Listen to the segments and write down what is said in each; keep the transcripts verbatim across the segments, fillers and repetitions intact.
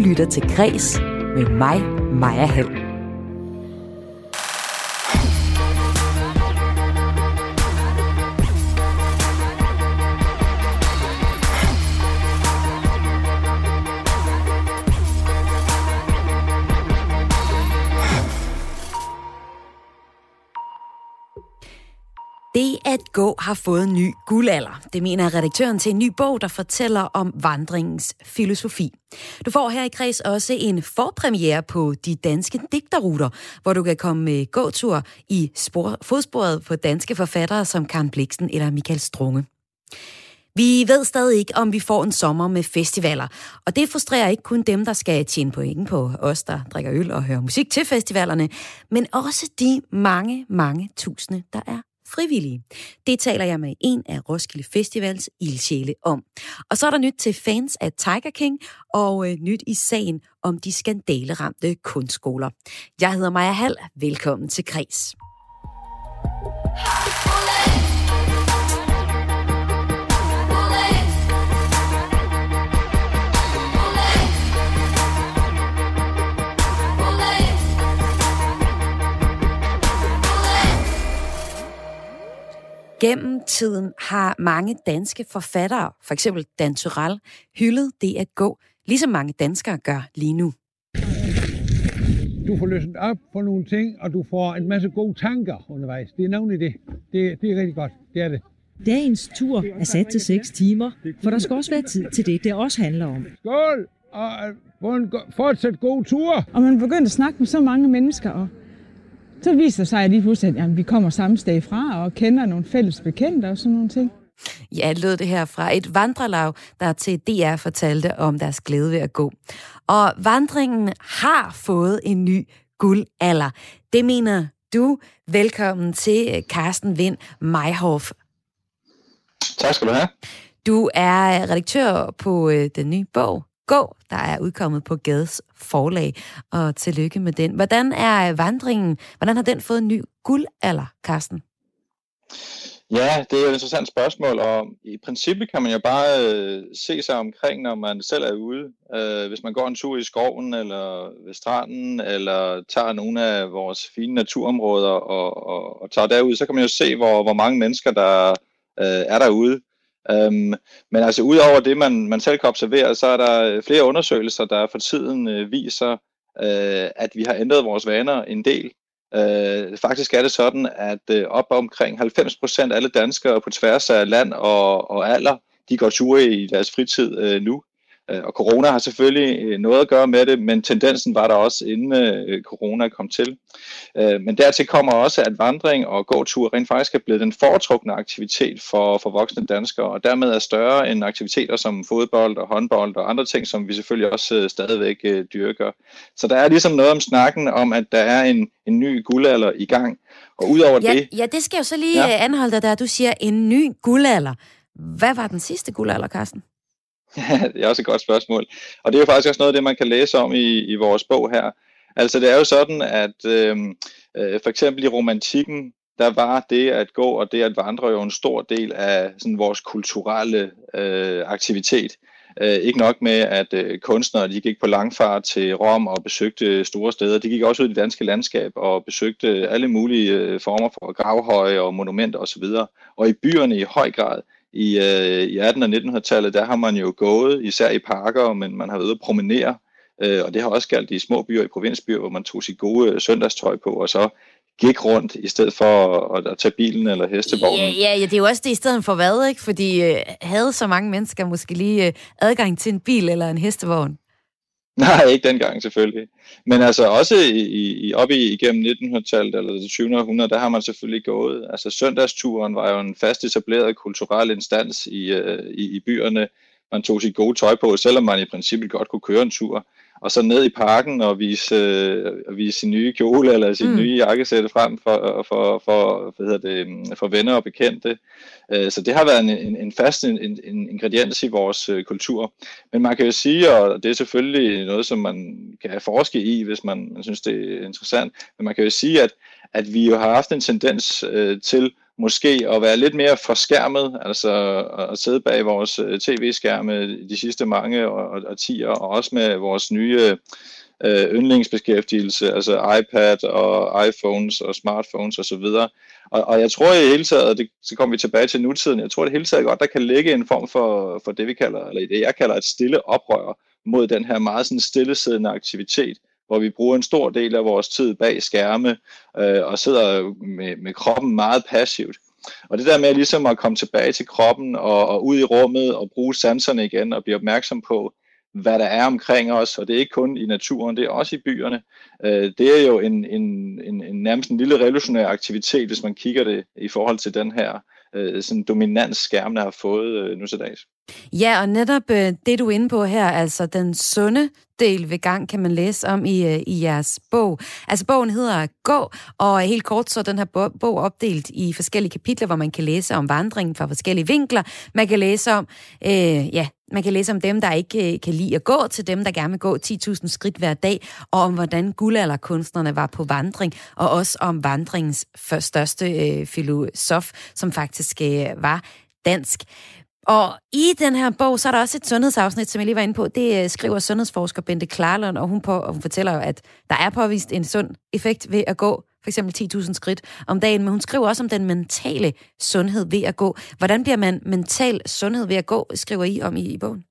lytter til Græs med mig, Maja Hall. Det at gå har fået en ny guldalder. Det mener redaktøren til en ny bog, der fortæller om vandringens filosofi. Du får her i Græs også en forpremiere på de danske digterruter, hvor du kan komme med gåtur i spor, fodsporet på danske forfattere som Karen Blixen eller Michael Strunge. Vi ved stadig ikke, om vi får en sommer med festivaler, og det frustrerer ikke kun dem, der skal tjene point på os, der drikker øl og hører musik til festivalerne, men også de mange, mange tusinde, der er frivillige. Det taler jeg med en af Roskilde Festivals ildsjæle om. Og så er der nyt til fans af Tiger King og øh, nyt i sagen om de skandaleramte kunstskoler. Jeg hedder Maja Hall. Velkommen til Græs. Gennem tiden har mange danske forfattere, for eksempel Dan Turèll, hyldet det at gå, ligesom mange danskere gør lige nu. Du får løsnet op på nogle ting, og du får en masse gode tanker undervejs. Det er nemlig det. Det, det er rigtig godt. Det er det. Dagens tur er sat til seks timer, for der skal også være tid til det, det også handler om. Skål! Og få en go- fortsat god tur! Og man begynder at snakke med så mange mennesker, og så viser det sig at lige pludselig, at jamen, vi kommer samme sted fra og kender nogle fælles bekendte og sådan nogle ting. Ja, lød det her fra et vandrelaug, der til D R fortalte om deres glæde ved at gå. Og vandringen har fået en ny guldalder. Det mener du. Velkommen til Carsten Wind Meyhoff. Tak skal du have. Du er redaktør på øh, den nye bog, Gå, der er udkommet på Gades forlag, og tillykke med den. Hvordan er vandringen, hvordan har den fået en ny guldalder, Carsten? Ja, det er jo et interessant spørgsmål, og i princippet kan man jo bare øh, se sig omkring, når man selv er ude. Øh, hvis man går en tur i skoven, eller ved stranden, eller tager nogle af vores fine naturområder og, og, og tager derud, så kan man jo se, hvor, hvor mange mennesker, der øh, er derude. Um, men altså udover det, man, man selv kan observere, så er der flere undersøgelser, der for tiden øh, viser, øh, at vi har ændret vores vaner en del. Øh, faktisk er det sådan, at øh, op omkring halvfems procent af alle danskere på tværs af land og, og alder, de går ture i deres fritid øh, nu. Øh, og corona har selvfølgelig noget at gøre med det, men tendensen var der også inden øh, corona kom til. Øh, men dertil kommer også, at vandring og gåtur rent faktisk er blevet den foretrukne aktivitet for, for voksne danskere, og dermed er større end aktiviteter som fodbold og håndbold og andre ting, som vi selvfølgelig også øh, stadigvæk øh, dyrker. Så der er ligesom noget om snakken om, at der er en, en ny guldalder i gang. Og udover ja, det... Ja, det skal jo så lige ja. anholde dig der. Du siger en ny guldalder. Hvad var den sidste guldalder, Carsten? Ja, det er også et godt spørgsmål. Og det er jo faktisk også noget af det, man kan læse om i, i vores bog her. Altså det er jo sådan, at øh, øh, for eksempel i romantikken, der var det at gå og det at vandre jo en stor del af sådan, vores kulturelle øh, aktivitet. Øh, ikke nok med, at øh, kunstnere de gik på langfart til Rom og besøgte store steder. De gik også ud i det danske landskab og besøgte alle mulige øh, former for gravhøje og monumenter osv. Og i byerne i høj grad. I, øh, i atten- og nittenhundredetallet, der har man jo gået, især i parker, men man har været ude at promenere, øh, og det har også galt i små byer, i provinsbyer, hvor man tog sit gode øh, søndagstøj på, og så gik rundt, i stedet for at, at tage bilen eller hestevognen. Ja, ja, ja, det er jo også det i stedet for hvad, ikke? Fordi øh, havde så mange mennesker måske lige øh, adgang til en bil eller en hestevogn? Nej, ikke dengang selvfølgelig. Men altså også i, i, op i, igennem nittenhundredetallet eller det tyvende århundrede, der har man selvfølgelig gået. Altså søndagsturen var jo en fast etableret kulturel instans i, øh, i, i byerne. Man tog sit gode tøj på, selvom man i princippet godt kunne køre en tur. Og så ned i parken og vise, øh, vise sin nye kjole eller sin mm. nye jakkesætte frem for, for, for, hvad hedder det, for venner og bekendte. Øh, så det har været en, en, en fast en, en ingrediens i vores øh, kultur. Men man kan jo sige, og det er selvfølgelig noget, som man kan forske i, hvis man, man synes, det er interessant, men man kan jo sige, at, at vi jo har haft en tendens øh, til måske at være lidt mere forskærmet, altså at sidde bag vores tv-skærme de sidste mange årtier, og også med vores nye øh, yndlingsbeskæftigelse, altså iPad og iPhones og smartphones osv. Og, og jeg tror i hele taget, det, så kommer vi tilbage til nutiden, jeg tror i det hele taget godt, der kan ligge en form for, for det, vi kalder, eller det jeg kalder et stille oprør mod den her meget sådan stillesiddende aktivitet, hvor vi bruger en stor del af vores tid bag skærme øh, og sidder med, med kroppen meget passivt. Og det der med ligesom at komme tilbage til kroppen og, og ud i rummet og bruge sanserne igen og blive opmærksom på, hvad der er omkring os, og det er ikke kun i naturen, det er også i byerne. Øh, det er jo en, en, en, en nærmest en lille revolutionær aktivitet, hvis man kigger det i forhold til den her øh, sådan dominans skærmene har fået øh, nu til dags. Ja, og netop øh, det, du er inde på her, altså den sunde del ved gang, kan man læse om i, øh, i jeres bog. Altså bogen hedder Gå, og helt kort så er den her bog opdelt i forskellige kapitler, hvor man kan læse om vandringen fra forskellige vinkler. Man kan læse om, øh, ja, man kan læse om dem, der ikke øh, kan lide at gå, til dem, der gerne vil gå ti tusind skridt hver dag, og om hvordan guldalderkunstnerne var på vandring, og også om vandringens største øh, filosof, som faktisk øh, var dansk. Og i den her bog, så er der også et sundhedsafsnit, som jeg lige var inde på. Det skriver sundhedsforsker Bente Klarlund, og hun, på, og hun fortæller jo, at der er påvist en sund effekt ved at gå for eksempel ti tusind skridt om dagen, men hun skriver også om den mentale sundhed ved at gå. Hvordan bliver man mental sundhed ved at gå, skriver I om i, i bogen?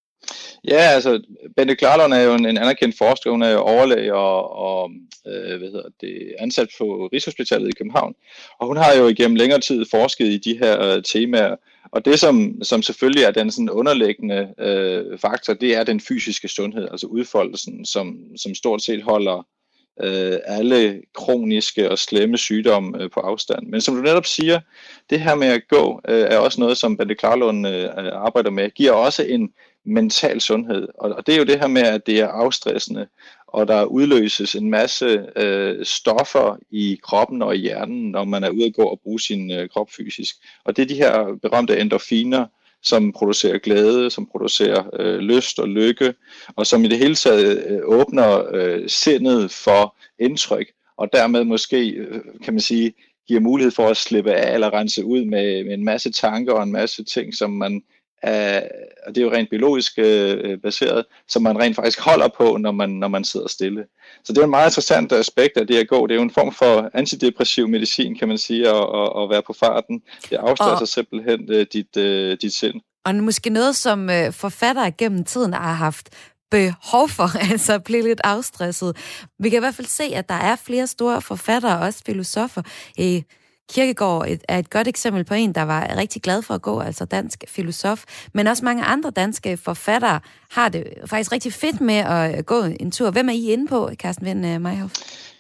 Ja, altså Bente Klarlund er jo en, en anerkendt forsker. Hun er jo overlæge og, og øh, hvad hedder det, ansat på Rigshospitalet i København. Og hun har jo igennem længere tid forsket i de her øh, temaer. Og det, som, som selvfølgelig er den sådan underliggende øh, faktor, det er den fysiske sundhed, altså udfoldelsen, som, som stort set holder øh, alle kroniske og slemme sygdomme øh, på afstand. Men som du netop siger, det her med at gå øh, er også noget, som Bente Klarlund øh, arbejder med, giver også en mental sundhed. Og, og det er jo det her med, at det er afstressende, og der udløses en masse øh, stoffer i kroppen og i hjernen, når man er ude at gå og bruge sin øh, krop fysisk. Og det er de her berømte endorfiner, som producerer glæde, som producerer øh, lyst og lykke, og som i det hele taget øh, åbner øh, sindet for indtryk, og dermed måske, øh, kan man sige, giver mulighed for at slippe af eller rense ud med, med en masse tanker og en masse ting, som man Uh, og det er jo rent biologisk uh, baseret, som man rent faktisk holder på, når man, når man sidder stille. Så det er en meget interessant aspekt af det at gå. Det er jo en form for antidepressiv medicin, kan man sige, at, at, at være på farten. Det afstresser og, simpelthen uh, dit, uh, dit sind. Og måske noget, som uh, forfattere gennem tiden har haft behov for, altså at blive lidt afstresset. Vi kan i hvert fald se, at der er flere store forfattere, også filosofer. Uh, Kierkegaard er et godt eksempel på en, der var rigtig glad for at gå, altså dansk filosof, men også mange andre danske forfattere har det faktisk rigtig fedt med at gå en tur. Hvem er I inde på, Carsten Wind Meyhoff?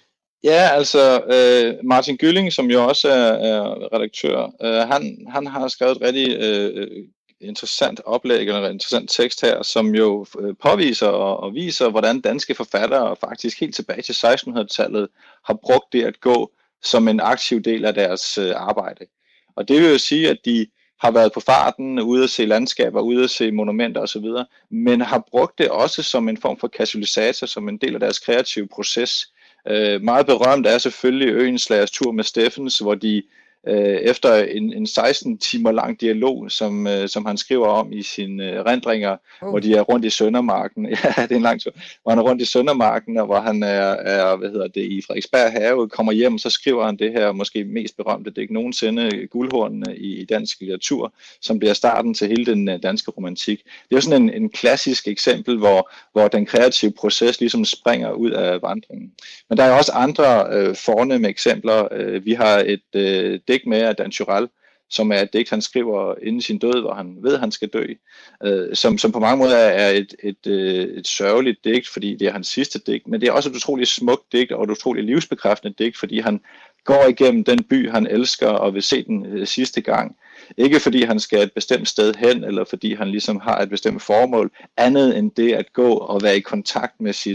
Ja, altså øh, Martin Gylling, som jo også er, er redaktør, øh, han, han har skrevet et rigtig øh, interessant oplæg, eller en interessant tekst her, som jo øh, påviser og, og viser, hvordan danske forfattere faktisk helt tilbage til sekstenhundredetallet har brugt det at gå som en aktiv del af deres øh, arbejde. Og det vil jo sige, at de har været på farten, ude at se landskaber, ude at se monumenter osv., men har brugt det også som en form for katalysator, som en del af deres kreative proces. Øh, meget berømt er selvfølgelig Øenslagers tur med Steffens, hvor de øh, efter en, en seksten timer lang dialog, som, øh, som han skriver om i sine øh, erindringer, oh. hvor de er rundt i Søndermarken. Ja, det er en lang tur. Hvor han er rundt i Søndermarken, og hvor han er, er hvad hedder det, i Frederiksberg Have, kommer hjem, så skriver han det her måske mest berømte digt nogensinde, Guldhornene i, i dansk litteratur, som bliver starten til hele den øh, danske romantik. Det er jo sådan en, en klassisk eksempel, hvor, hvor den kreative proces ligesom springer ud af vandringen. Men der er også andre øh, fornemme eksempler. Øh, vi har et øh, digt med af Dan Turèll, som er et digt, han skriver inden sin død, hvor han ved, at han skal dø, øh, som, som på mange måder er et, et, et, et sørgeligt digt, fordi det er hans sidste digt, men det er også et utroligt smukt digt, og et utroligt livsbekræftende digt, fordi han går igennem den by, han elsker, og vil se den øh, sidste gang. Ikke fordi han skal et bestemt sted hen, eller fordi han ligesom har et bestemt formål, andet end det at gå og være i kontakt med sit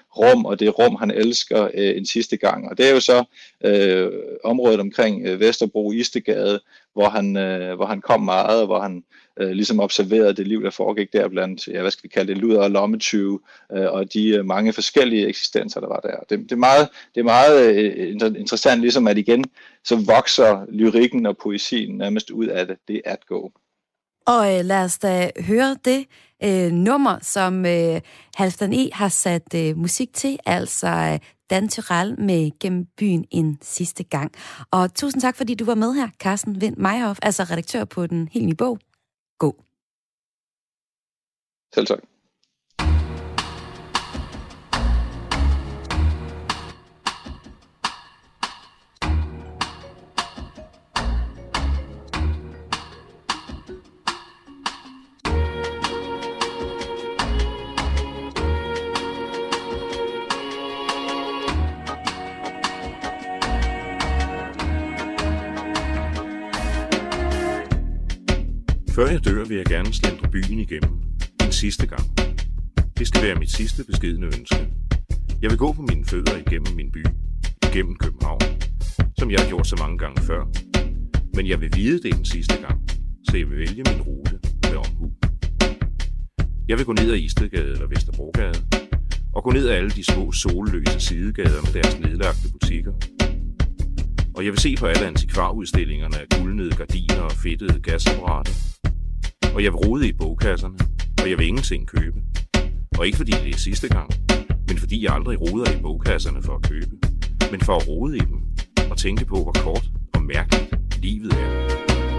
rum, og det rum, han elsker øh, en sidste gang. Og det er jo så øh, området omkring øh, Vesterbro Istegade, hvor han, øh, hvor han kom meget, og hvor han øh, ligesom observerede det liv, der foregik der blandt, ja, hvad skal vi kalde det, luder og lommetyve, øh, og de øh, mange forskellige eksistenser, der var der. Det, det er meget, det er meget øh, interessant, ligesom at igen, så vokser lyrikken og poesien nærmest ud af det. Det er at gå. Og øh, lad os da høre det øh, nummer, som øh, Halfdan E. har sat øh, musik til, altså øh, Dan Tyrell med Gennem byen en sidste gang. Og tusind tak, fordi du var med her, Carsten Wind Meyerhoff, altså redaktør på Den Helt Nye Bog. Gå. Selv tak. Før jeg dør, vil jeg gerne slentre byen igennem. En sidste gang. Det skal være mit sidste beskedne ønske. Jeg vil gå på mine fødder igennem min by. Igennem København. Som jeg har gjort så mange gange før. Men jeg vil vide det en sidste gang. Så jeg vil vælge min rute med omhu. Jeg vil gå ned ad Istedgade eller Vesterbrogade. Og gå ned ad alle de små solløse sidegader med deres nedlagte butikker. Og jeg vil se på alle antikvarudstillingerne af guldnede gardiner og fedtede gasapparater. Og jeg vil rode i bogkasserne, og jeg vil ingenting købe. Og ikke fordi det er sidste gang, men fordi jeg aldrig roder i bogkasserne for at købe, men for at rode i dem og tænke på, hvor kort og mærkeligt livet er.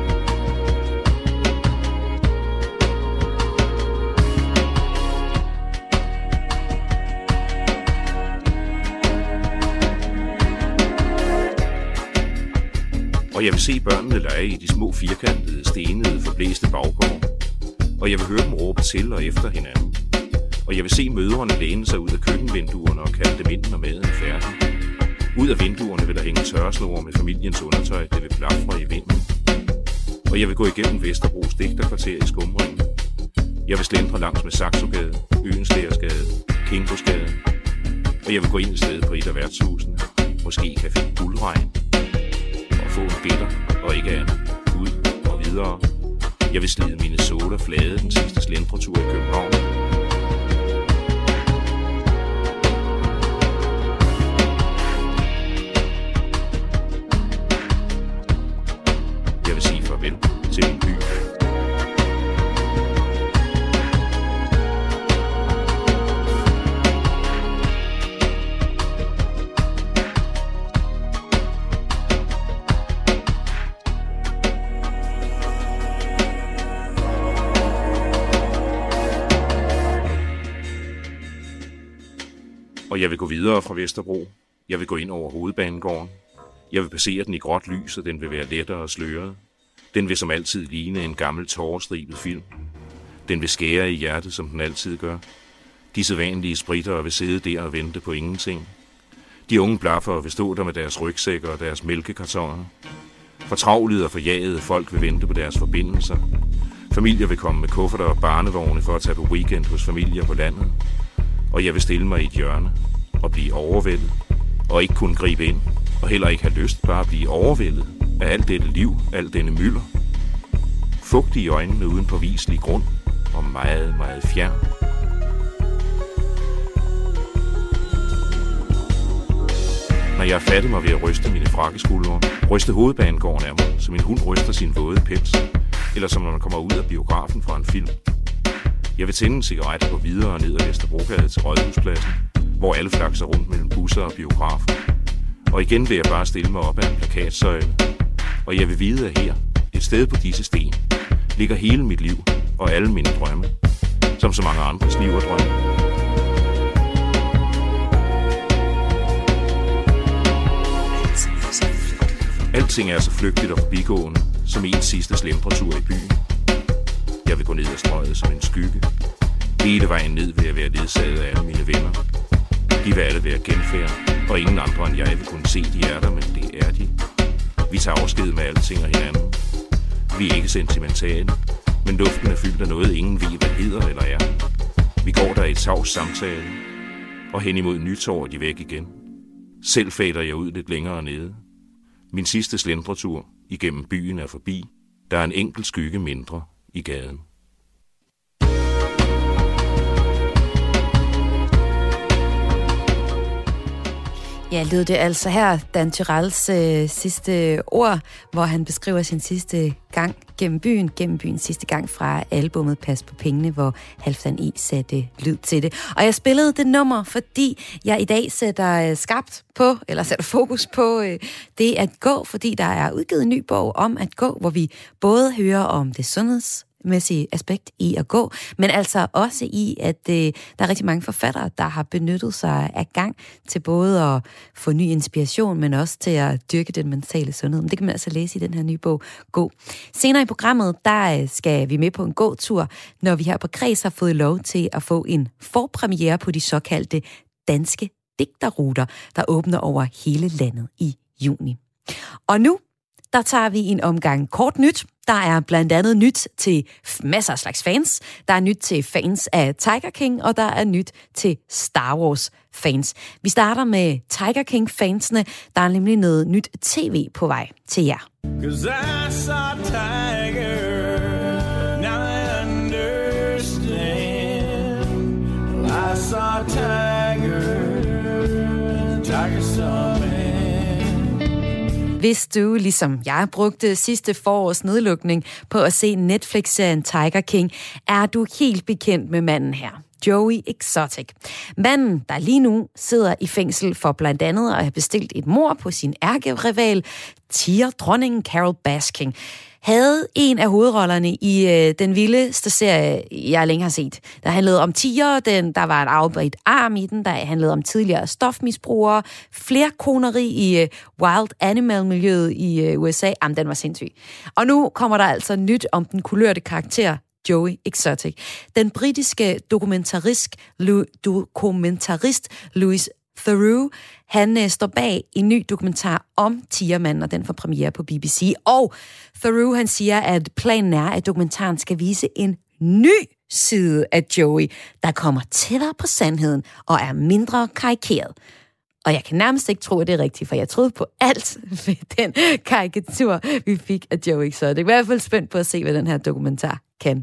Og jeg vil se børnene lege i de små firkantede, stenede, forblæste baggårde. Og jeg vil høre dem råbe til og efter hinanden. Og jeg vil se mødrene læne sig ud af køkkenvinduerne og kalde dem ind, når maden er færdig. Ud af vinduerne vil der hænge tørresnore med familiens undertøj, det vil blafre i vinden. Og jeg vil gå igennem Vesterbros digterkvarter i Skumringen. Jeg vil slentre langs med Saxogade, Øenslægersgade, Kingbosgade. Og jeg vil gå ind i stedet på et af værtshusene, måske Café Guldregn. Få en bitter og ikke andet, ud og videre. Jeg vil slide mine soda flade den sidste slentretur i København. Jeg vil sige farvel til min by. Og jeg vil gå videre fra Vesterbro. Jeg vil gå ind over Hovedbanegården. Jeg vil passere den i gråt lys, og den vil være lettere og sløret. Den vil som altid ligne en gammel tårestribet film. Den vil skære i hjertet, som den altid gør. De sædvanlige spritter vil sidde der og vente på ingenting. De unge blaffer vil stå der med deres rygsækker og deres mælkekartoner. Fortravlede og forjagede folk vil vente på deres forbindelser. Familier vil komme med kufferter og barnevogne for at tage på weekend hos familier på landet. Og jeg vil stille mig i et hjørne og blive overvældet, og ikke kunne gribe ind, og heller ikke have lyst, bare at blive overvældet af alt dette liv, al denne mylder. Fugtig i øjnene uden påviselig grund, og meget, meget fjern. Når jeg er fattet mig ved at ryste mine frakkeskuldre, ryste Hovedbanegården af mig, som en hund ryster sin våde pels, eller som når man kommer ud af biografen fra en film. Jeg vil tænde en cigaret og gå videre ned ad Vesterbrogade til Rådhuspladsen, hvor alle flakser rundt mellem busser og biografer. Og igen vil jeg bare stille mig op ad en plakatsøjle. Og jeg vil vide, at her, et sted på disse sten, ligger hele mit liv og alle mine drømme, som så mange andres liv og drømme. Alting er så flygtigt og forbigående, som en sidste slentretur i byen. Jeg vil gå ned ad strøget som en skygge. Hele vejen ned vil jeg være ledsaget af alle mine venner. De vil alle være genfærd, og ingen andre end jeg vil kunne se, de er der, men det er de. Vi tager afsked med alting og hinanden. Vi er ikke sentimentale, men luften er fyldt af noget, ingen ved, hvad hedder eller er. Vi går der i et tavs samtale. og hen imod nytår er de væk igen. Selv fader jeg ud lidt længere nede. Min sidste slendretur igennem byen er forbi. Der er en enkelt skygge mindre i gaden. Ja, lød det altså her, Dan Tyrells øh, sidste ord, hvor han beskriver sin sidste gang gennem byen, gennem byen sidste gang fra albumet Pas på pengene, hvor Halfdan E satte lyd til det. Og jeg spillede det nummer, fordi jeg i dag sætter skabt på, eller sætter fokus på øh, det at gå, fordi der er udgivet en ny bog om at gå, hvor vi både hører om det sundheds mæssige aspekt i at gå, men altså også i, at øh, der er rigtig mange forfattere, der har benyttet sig af gang til både at få ny inspiration, men også til at dyrke den mentale sundhed. Men det kan man altså læse i den her nye bog, Gå. Senere i programmet, der skal vi med på en gåtur, når vi her på Kreds har fået lov til at få en forpremiere på de såkaldte danske digterruter, der åbner over hele landet i juni. Og nu der tager vi en omgang kort nyt. Der er blandt andet nyt til masser af slags fans. Der er nyt til fans af Tiger King, og der er nyt til Star Wars fans. Vi starter med Tiger King-fansene. Der er nemlig noget nyt tv på vej til jer. Hvis du, ligesom jeg, brugte sidste forårs nedlukning på at se Netflix-serien Tiger King, er du helt bekendt med manden her. Joey Exotic. Manden, der lige nu sidder i fængsel for blandt andet at have bestilt et mord på sin ærkerival, tigerdronningen Carole Baskin, havde en af hovedrollerne i øh, den vildeste serie, jeg længe har set. Der handlede om tiger, den, der var et afbredt arm i den, der handlede om tidligere stofmisbrugere, flerkoneri i øh, wild animal-miljøet i øh, U S A. Jamen, den var sindssyg. Og nu kommer der altså nyt om den kulørte karakter, Joey Exotic. Den britiske dokumentarist, dokumentarist Louis Theroux, han øh, står bag en ny dokumentar om tigermanden, og den får premiere på B B C. Og Theroux, han siger, at planen er, at dokumentaren skal vise en ny side af Joey, der kommer tættere på sandheden og er mindre karikeret. Og jeg kan nærmest ikke tro, at det er rigtigt, for jeg troede på alt ved den karikatur, vi fik af Joey Exotic. Jeg er i hvert fald spændt på at se, hvad den her dokumentar kan.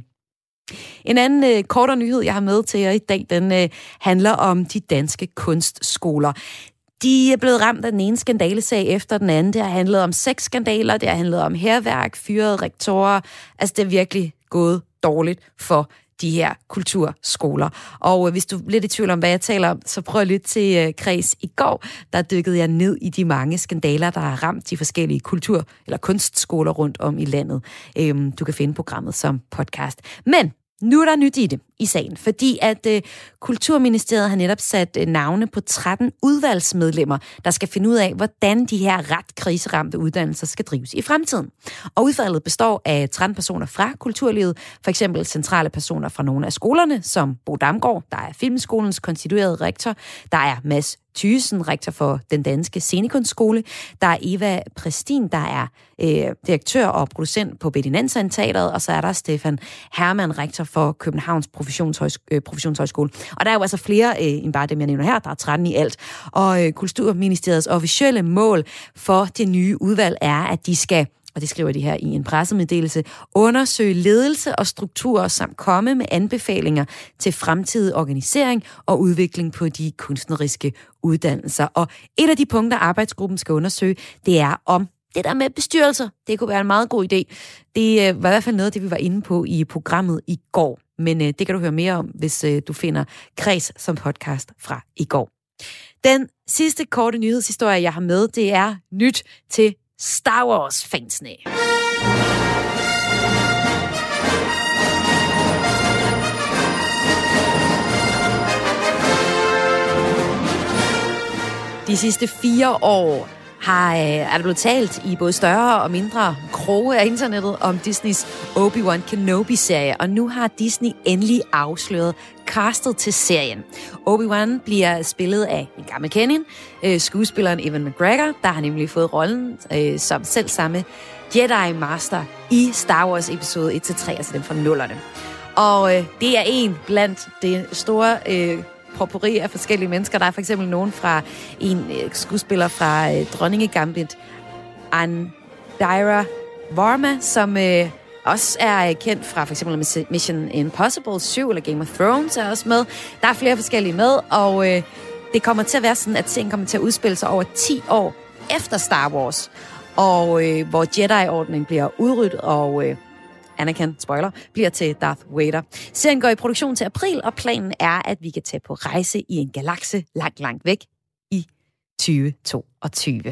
En anden øh, kortere nyhed, jeg har med til jer i dag, den øh, handler om de danske kunstskoler. De er blevet ramt af den ene skandalesag efter den anden. Det har handlet om seks skandaler, det har handlet om hærværk, fyrede rektorer. Altså, det er virkelig gået dårligt for de her kulturskoler. Og hvis du er lidt i tvivl om, hvad jeg taler om, så prøv at lytte til uh, Kreds i går. Der dykkede jeg ned i de mange skandaler, der har ramt de forskellige kultur- eller kunstskoler rundt om i landet. Um, du kan finde programmet som podcast. Men nu er der nyt i det, i sagen, fordi at øh, Kulturministeriet har netop sat øh, navne på tretten udvalgsmedlemmer, der skal finde ud af, hvordan de her ret kriseramte uddannelser skal drives i fremtiden. Og udvalget består af tretten personer fra kulturlivet, for eksempel centrale personer fra nogle af skolerne, som Bo Damgaard, der er Filmskolens konstituerede rektor, der er Mads Thyssen, rektor for Den Danske Scenekunstskole. Der er Eva Præstin, der er øh, direktør og producent på Betty Nansen Teatret, og så er der Stefan Hermann, rektor for Københavns Professionshøjs- øh, Professionshøjskole. Og der er jo altså flere øh, end bare dem, jeg nævner her. Der er tretten i alt. Og øh, Kulturministeriets officielle mål for det nye udvalg er, at de skal, og det skriver de her i en pressemeddelelse, undersøge ledelse og strukturer samt komme med anbefalinger til fremtidig organisering og udvikling på de kunstneriske uddannelser. Og et af de punkter, arbejdsgruppen skal undersøge, det er om det der med bestyrelser. Det kunne være en meget god idé. Det var i hvert fald noget af det, vi var inde på i programmet i går. Men det kan du høre mere om, hvis du finder Kreds som podcast fra i går. Den sidste korte nyhedshistorie, jeg har med, det er nyt til Star Wars-fansene. De sidste fire år har, er der blevet talt i både større og mindre kroge af internettet om Disneys Obi-Wan Kenobi-serie, og nu har Disney endelig afsløret castet til serien. Obi-Wan bliver spillet af en gammel kending, øh, skuespilleren Ewan McGregor, der har nemlig fået rollen øh, som selv samme Jedi Master i Star Wars episode et til tre, altså den fra nullerne. Og øh, det er en blandt de store øh, potpourri af forskellige mennesker. Der er for eksempel nogen fra en øh, skuespiller fra øh, Dronninge Gambit, Andhra Varma, som øh, også er øh, kendt fra for eksempel Mission Impossible syv eller Game of Thrones er også med. Der er flere forskellige med, og øh, det kommer til at være sådan, at serien kommer til at udspille sig over ti år efter Star Wars, og øh, hvor Jedi-ordningen bliver udryddet, og øh, Anakin, spoiler, bliver til Darth Vader. Serien går i produktion til april, og planen er, at vi kan tage på rejse i en galakse langt, langt væk i tyve toogtyve.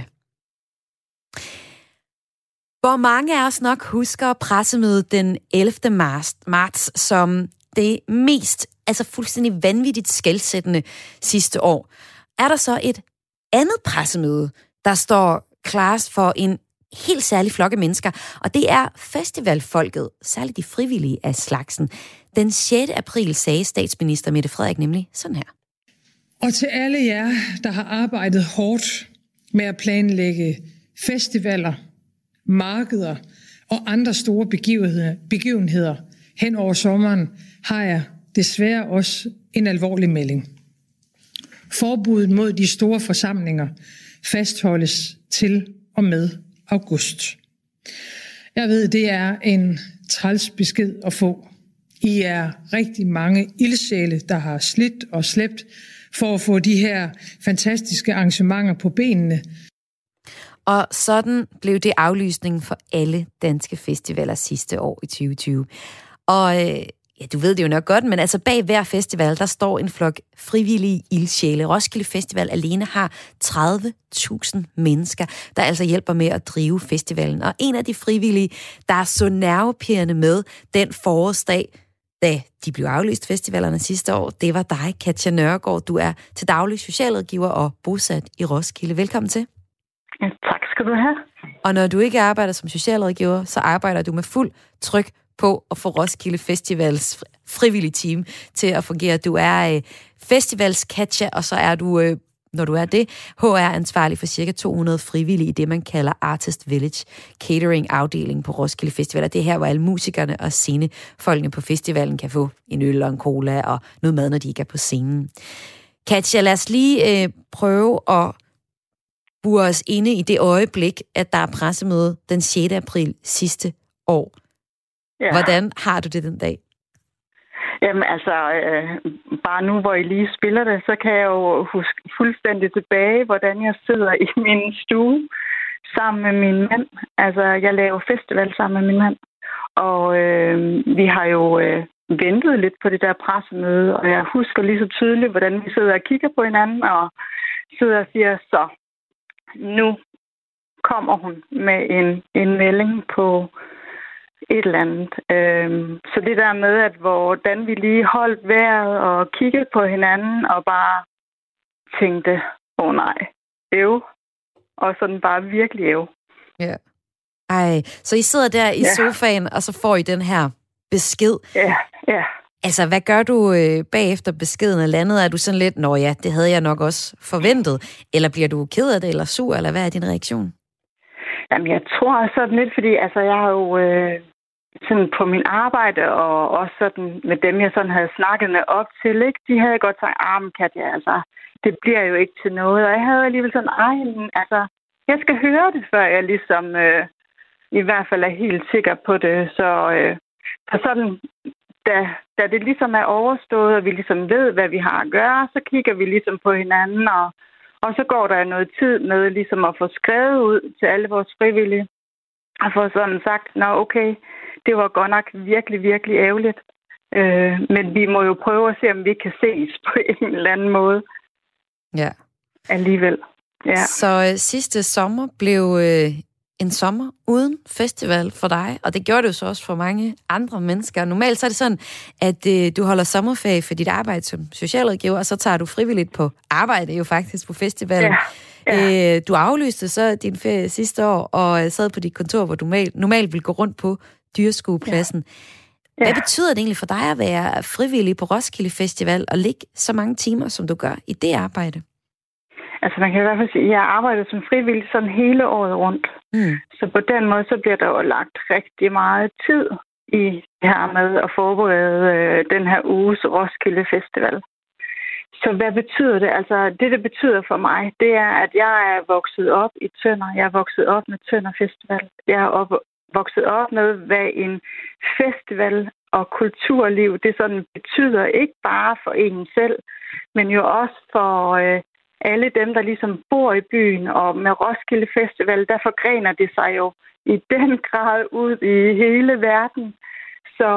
Hvor mange af os nok husker pressemødet den ellevte marts som det mest, altså fuldstændig vanvittigt skelsættende sidste år. Er der så et andet pressemøde, der står klar for en helt særlig flok af mennesker, og det er festivalfolket, særligt de frivillige af slagsen. Den sjette april sagde statsminister Mette Frederik nemlig sådan her. Og til alle jer, der har arbejdet hårdt med at planlægge festivaler, markeder og andre store begivenheder, begivenheder hen over sommeren, har jeg desværre også en alvorlig melding. Forbuddet mod de store forsamlinger fastholdes til og med august. Jeg ved, det er en træls besked at få. I er rigtig mange ildsjæle, der har slidt og slæbt for at få de her fantastiske arrangementer på benene. Og sådan blev det aflysningen for alle danske festivaler sidste år i tyve tyve. Og øh, ja, du ved det jo nok godt, men altså bag hver festival, der står en flok frivillige ildsjæle. Roskilde Festival alene har tredive tusind mennesker, der altså hjælper med at drive festivalen. Og en af de frivillige, der så nervepirrende med den forårsdag, da de blev aflyst festivalerne sidste år, det var dig, Katja Nørgaard. Du er til daglig socialrådgiver og bosat i Roskilde. Velkommen til. Ja, tak skal du have. Og når du ikke arbejder som socialrådgiver, så arbejder du med fuld tryk på at få Roskilde Festivals frivillige team til at fungere. Du er øh, festivalskatcher, og så er du, øh, når du er det, H R-ansvarlig for cirka to hundrede frivillige i det, man kalder Artist Village Catering-afdeling på Roskilde Festival. Og det er her, hvor alle musikerne og scenefolkene på festivalen kan få en øl og en cola og noget mad, når de ikke er på scenen. Katja, lad os lige øh, prøve at bure os inde i det øjeblik, at der er pressemøde den sjette april sidste år. Ja. Hvordan har du det den dag? Jamen altså, øh, bare nu, hvor I lige spiller det, så kan jeg jo huske fuldstændig tilbage, hvordan jeg sidder i min stue sammen med min mand. Altså, jeg laver festival sammen med min mand. Og øh, vi har jo øh, ventet lidt på det der pressemøde, og jeg husker lige så tydeligt, hvordan vi sidder og kigger på hinanden, og sidder og siger, så nu kommer hun med en, en melding på et eller andet. Øhm, så det der med, at hvordan vi lige holdt vejret og kiggede på hinanden og bare tænkte, åh oh, nej, æv. Og sådan bare virkelig æv. Ja. Ej, så I sidder der i ja. sofaen, og så får I den her besked. Ja, ja. Altså, hvad gør du øh, bagefter beskeden er landet? Er du sådan lidt, nå ja, det havde jeg nok også forventet? Eller bliver du ked af det, eller sur, eller hvad er din reaktion? Jamen, jeg tror sådan lidt, fordi altså, jeg har jo øh, sådan på min arbejde, og også sådan med dem, jeg sådan havde snakket med op til, ikke? De havde godt sagt, ah, men Katja, altså, det bliver jo ikke til noget. Og jeg havde alligevel sådan, ej, men, altså, jeg skal høre det, før jeg ligesom øh, i hvert fald er helt sikker på det. Så, øh, så sådan, da, da det ligesom er overstået, og vi ligesom ved, hvad vi har at gøre, så kigger vi ligesom på hinanden, og, og så går der noget tid med ligesom at få skrevet ud til alle vores frivillige, og få sådan sagt, nå okay, det var godt nok virkelig, virkelig ærgerligt. Øh, men vi må jo prøve at se, om vi kan ses på en eller anden måde. Ja. Alligevel. Ja. Så øh, sidste sommer blev øh, en sommer uden festival for dig, og det gjorde det jo så også for mange andre mennesker. Normalt så er det sådan, at øh, du holder sommerferie for dit arbejde som socialrådgiver, og så tager du frivilligt på arbejde jo faktisk på festivalen. Ja. Ja. Øh, du aflyste så din ferie sidste år, og sad på dit kontor, hvor du normalt, normalt ville gå rundt på Dyreskuepladsen. Ja. Ja. Hvad betyder det egentlig for dig at være frivillig på Roskilde Festival og ligge så mange timer, som du gør i det arbejde? Altså man kan i hvert fald sige, at jeg arbejder som frivillig sådan hele året rundt. Mm. Så på den måde, så bliver der jo lagt rigtig meget tid i det her med at forberede øh, den her uges Roskilde Festival. så hvad betyder det? Altså, det, det betyder for mig, det er, at jeg er vokset op i Tønder. Jeg er vokset op med Tønder Festival. Jeg er op, vokset op med, hvad en festival og kulturliv, det sådan betyder ikke bare for en selv, men jo også for øh, alle dem, der ligesom bor i byen. Og med Roskilde Festival, der forgrener det sig jo i den grad ud i hele verden. Så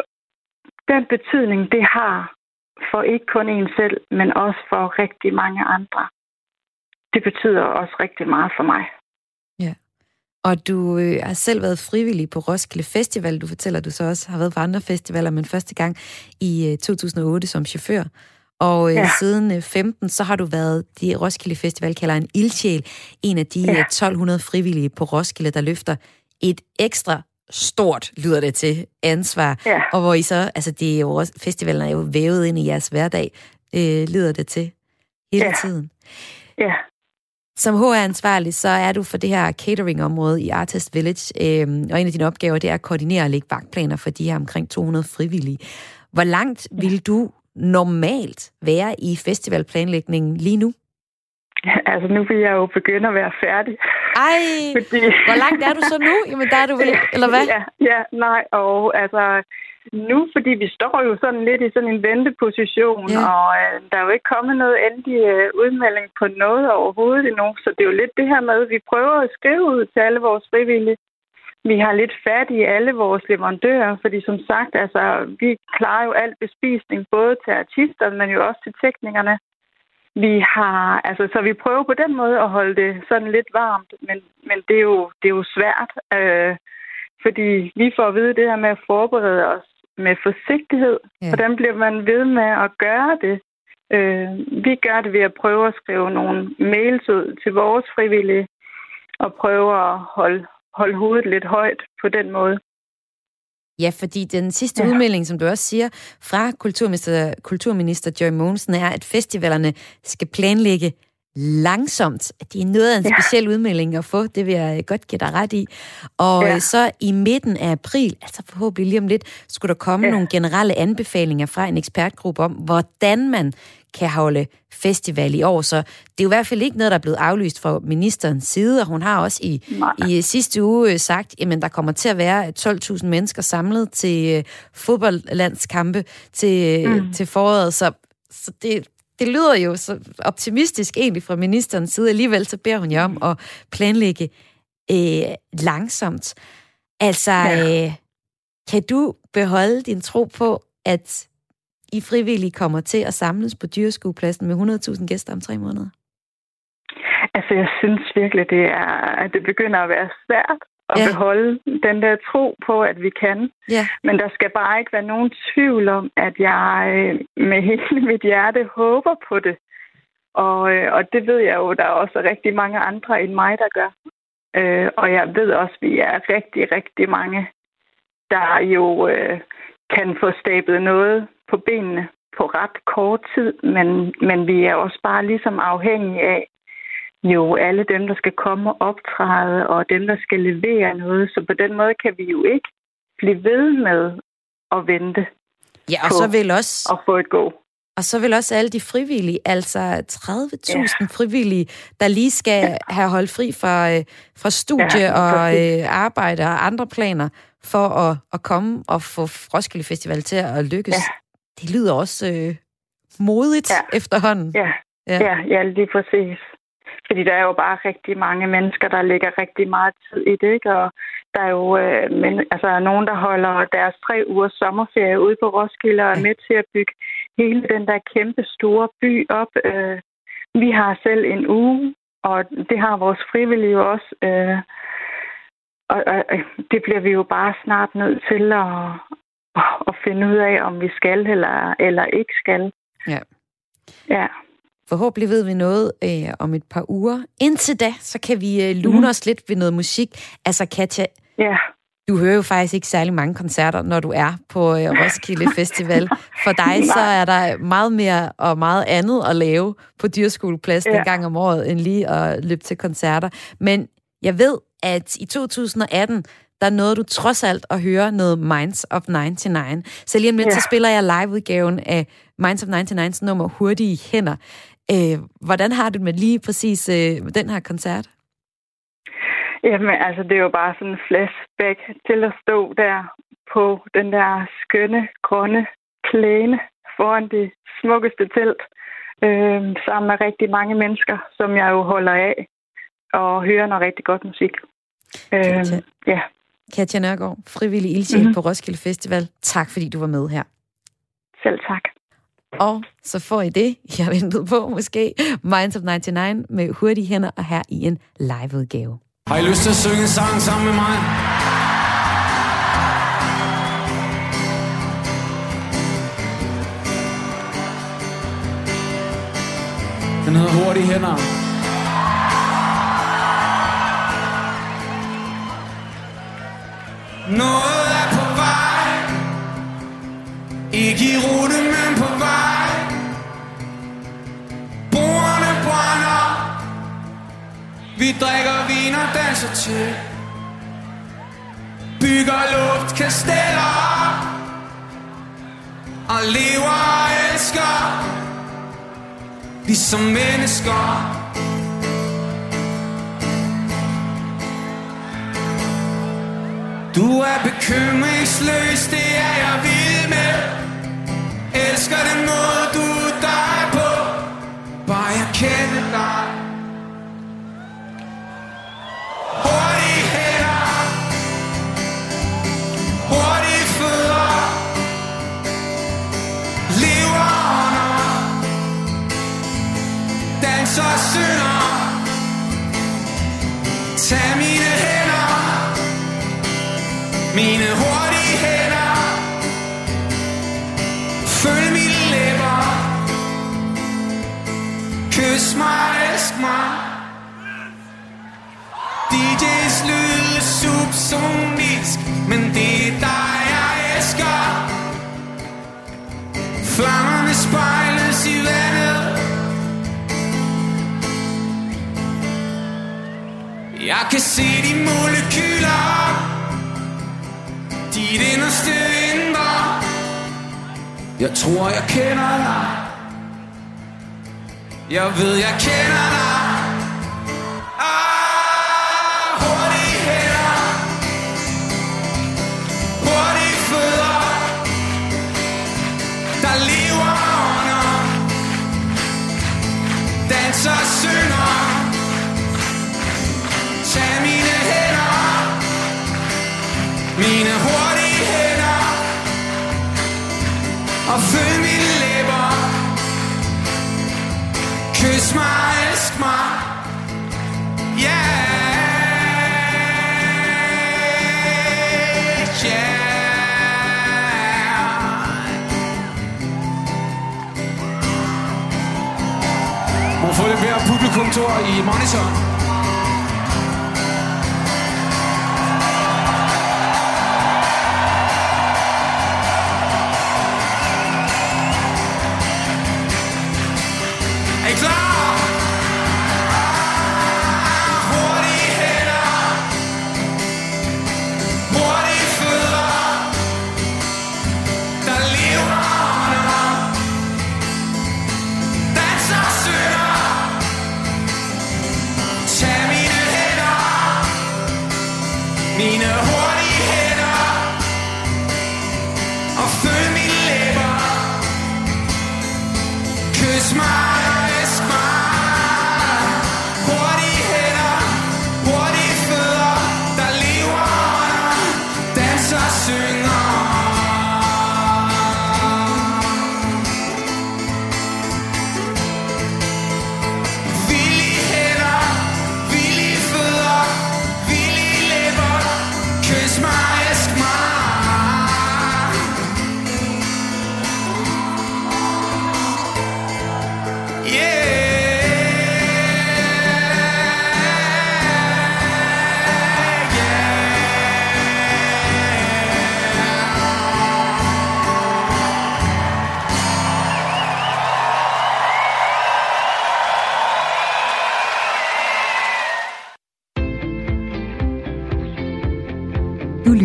den betydning, det har for ikke kun en selv, men også for rigtig mange andre. Det betyder også rigtig meget for mig. Ja. Og du øh, har selv været frivillig på Roskilde Festival. Du fortæller, at du så også har været på andre festivaler, men første gang i øh, to tusind og otte som chauffør. Og øh, ja. siden øh, femten, så har du været det Roskilde Festival kalder en ildsjæl. En af de ja. øh, tolv hundrede frivillige på Roskilde, der løfter et ekstra stort, lyder det til, ansvar. Ja. Og hvor I så, altså det er jo også, festivalen er jo vævet ind i jeres hverdag, øh, lyder det til hele ja. tiden. Ja. Som H R-ansvarlig, så er du for det her catering-område i Artist Village, øh, og en af dine opgaver, det er at koordinere og lægge vagtplaner for de her omkring to hundrede frivillige. Hvor langt ja. vil du normalt være i festivalplanlægningen lige nu? Ja, altså nu vil jeg jo begynde at være færdig. Ej, fordi... hvor langt er du så nu? Jamen der er du vel, eller hvad? Ja, ja, nej, og altså nu, fordi vi står jo sådan lidt i sådan en venteposition, ja. og øh, der er jo ikke kommet noget endelig øh, udmelding på noget overhovedet endnu, så det er jo lidt det her med, at vi prøver at skrive ud til alle vores frivillige. Vi har lidt fat i alle vores leverandører, fordi som sagt, altså vi klarer jo alt bespisning, både til artisterne, men jo også til teknikerne. Vi har, altså, så vi prøver på den måde at holde det sådan lidt varmt, men, men det, er jo, det er jo svært, øh, fordi vi får at vide det her med at forberede os med forsigtighed. Ja. Hvordan bliver man ved med at gøre det? Øh, vi gør det ved at prøve at skrive nogle mails ud til vores frivillige, og prøve at holde, holde hovedet lidt højt på den måde. Ja, fordi den sidste ja. udmelding, som du også siger, fra kulturminister, kulturminister Joy Mogensen er, at festivalerne skal planlægge langsomt. Det er noget af en ja. speciel udmelding at få, det vil jeg godt give dig ret i. Og ja. så i midten af april, altså forhåbentlig lige om lidt, skulle der komme ja. nogle generelle anbefalinger fra en ekspertgruppe om, hvordan man kan holde festival i år. Så det er jo i hvert fald ikke noget, der er blevet aflyst fra ministerens side, og hun har også i, i sidste uge sagt, jamen der kommer til at være tolv tusind mennesker samlet til uh, fodboldlandskampe til, mm. til foråret. Så, så det, det lyder jo så optimistisk egentlig fra ministerens side. Alligevel så beder hun jo om at planlægge øh, langsomt. Altså, ja. øh, kan du beholde din tro på, at I frivillige kommer til at samles på Dyreskuepladsen med hundrede tusind gæster om tre måneder? Altså, jeg synes virkelig, det er, at det begynder at være svært at ja. beholde den der tro på, at vi kan. Ja. Men der skal bare ikke være nogen tvivl om, at jeg med hele mit hjerte håber på det. Og, og det ved jeg jo, der er også rigtig mange andre end mig, der gør. Og jeg ved også, at vi er rigtig, rigtig mange, der jo kan få stablet noget på benene på ret kort tid, men, men vi er også bare ligesom afhængige af jo alle dem, der skal komme og optræde, og dem, der skal levere noget. Så på den måde kan vi jo ikke blive ved med at vente ja, og på så vil også, at få et go. Og så vil også alle de frivillige, altså tredive tusind ja. frivillige, der lige skal ja. have holdt fri fra, fra studie ja, og øh, arbejde og andre planer, for at, at komme og få Roskilde Festival til at lykkes. Ja. Det lyder også øh, modigt ja. efterhånden. Ja. Ja. Ja, ja, lige præcis. Fordi der er jo bare rigtig mange mennesker, der lægger rigtig meget tid i det, ikke? Og der er jo øh, men, altså, nogen, der holder deres tre ugers sommerferie ude på Roskilde og er med til at bygge hele den der kæmpe store by op. Øh, vi har selv en uge, og det har vores frivillige jo også. Øh, og, og det bliver vi jo bare snart nødt til at, at finde ud af, om vi skal eller, eller ikke skal. Ja. Ja. Forhåbentlig ved vi noget øh, om et par uger. Indtil da, så kan vi øh, lune mm. os lidt ved noget musik. Altså, Katja, yeah. du hører jo faktisk ikke særlig mange koncerter, når du er på øh, Roskilde Festival. For dig, så er der meget mere og meget andet at lave på Dyreskuepladsen yeah. en gang om året, end lige at løbe til koncerter. Men jeg ved, at i to tusind og atten, der nåede du trods alt at høre noget Minds of nioghalvfems. Så lige om lidt, ja. så spiller jeg liveudgaven af Minds of nioghalvfems nummer Hurtige Hænder. Øh, hvordan har du det med lige præcis øh, den her koncert? Jamen, altså, det er jo bare sådan en flashback til at stå der på den der skønne, grønne plæne foran det smukkeste telt, øh, sammen med rigtig mange mennesker, som jeg jo holder af, og hører noget rigtig godt musik. Øh, Katja, ja. Katja Nørgaard, frivillig ildsjæl mm-hmm. på Roskilde Festival. Tak, fordi du var med her. Selv tak. Og så får I det, jeg ventede på måske, Minds of nioghalvfems med Hurtige Hænder, og her i en liveudgave. Har I lyst til at synge en sang sammen med mig? Den hedder Hurtige Hænder. Noget er på vej. Ikke i rute, men på vej. Bordene brænder. Vi drikker vin og danser til. Bygger luftkasteller. Og lever og elsker. Ligesom mennesker. Du er bekymringsløs, det er jeg vild med. Elsker den måde du dig på. Bare jeg kender dig. Hurtige hænder. Hurtige fødder. Lever ånder. Danser og synger. Tag mine hænder. Mine hurtige hænder. Følg mine læber. Kys mig, elsk mig. D J's lyde subsonisk, men det er dig jeg elsker. Flammerne spejles i vandet. Jeg kan se de molekyler. Dit inderste indre. Jeg tror jeg kender dig. Jeg ved jeg kender dig. Ah, hurtige hænder. Hurtige fødder. Der lever ånder. Danser og synger. Tag mine hænder. Mine hurtige hænder. Og følg mine læber. Kys mig, elsk mig. Yeah, yeah. Må få lidt mere publikumtor i monitoren. Mine hurtige hænder. Og følg mine læber. Kys mig og elsk mig. Hurtige hænder. Hurtige fødder. Der lever ånder. Danser og synger. Villige hænder. Villige fødder. Villige læber. Kys mig, elsk mig.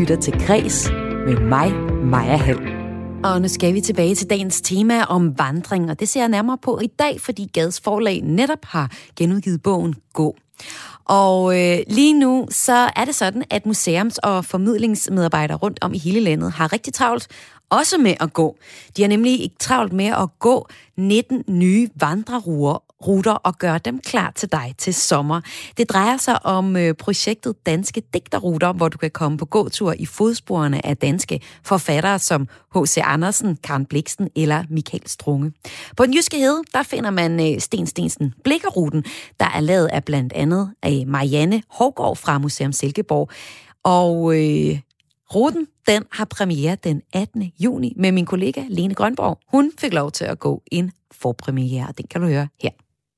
lytter til Græs med mig, Maja Hall. Og nu skal vi tilbage til dagens tema om vandring, og det ser jeg nærmere på i dag, fordi Gads Forlag netop har genudgivet bogen Gå. Og øh, lige nu så er det sådan, at museums- og formidlingsmedarbejdere rundt om i hele landet har rigtig travlt også med at gå. De har nemlig ikke travlt med at gå nitten nye vandreruter og gøre dem klar til dig til sommer. Det drejer sig om øh, projektet Danske Digterruter, hvor du kan komme på gåtur i fodsporene af danske forfattere som H C Andersen, Karen Blixen eller Michael Strunge. På den jyske hede, der finder man øh, Sten Stensen Blikkerruten, der er lavet af blandt andet af Marianne Hovgaard fra Museum Silkeborg. Og øh, ruten, den har premiere den attende juni med min kollega Lene Grønborg. Hun fik lov til at gå en forpremiere, og den kan du høre her.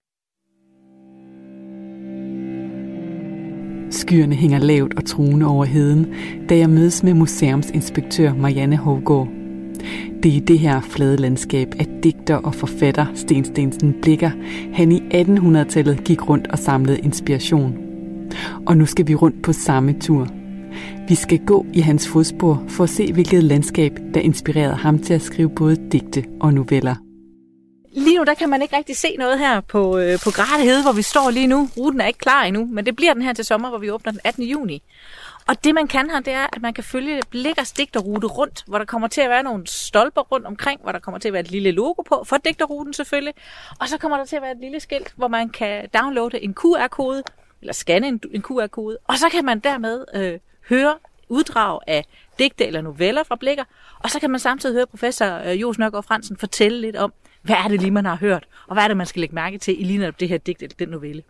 Skyerne hænger lavt og truende over heden, da jeg mødes med museumsinspektør Marianne Hovgaard. Det er i det her flade landskab, at digter og forfatter Sten Stensen Blikker, han i attenhundredetallet gik rundt og samlede inspiration. Og nu skal vi rundt på samme tur. Vi skal gå i hans fodspor for at se, hvilket landskab, der inspirerede ham til at skrive både digte og noveller. Lige nu der kan man ikke rigtig se noget her på, øh, på Grate Hede, hvor vi står lige nu. Ruten er ikke klar endnu, men det bliver den her til sommer, hvor vi åbner den attende juni. Og det man kan her, det er, at man kan følge Blikkers digterrute rundt, hvor der kommer til at være nogle stolper rundt omkring, hvor der kommer til at være et lille logo på, for digterruten selvfølgelig. Og så kommer der til at være et lille skilt, hvor man kan downloade en Q R-kode, eller scanne en, en Q R-kode, og så kan man dermed øh, høre uddrag af digte eller noveller fra Blikker, og så kan man samtidig høre professor øh, Johs Nørgaard Fransen fortælle lidt om, hvad er det lige, man har hørt, og hvad er det, man skal lægge mærke til i lige netop det her digt eller den novelle.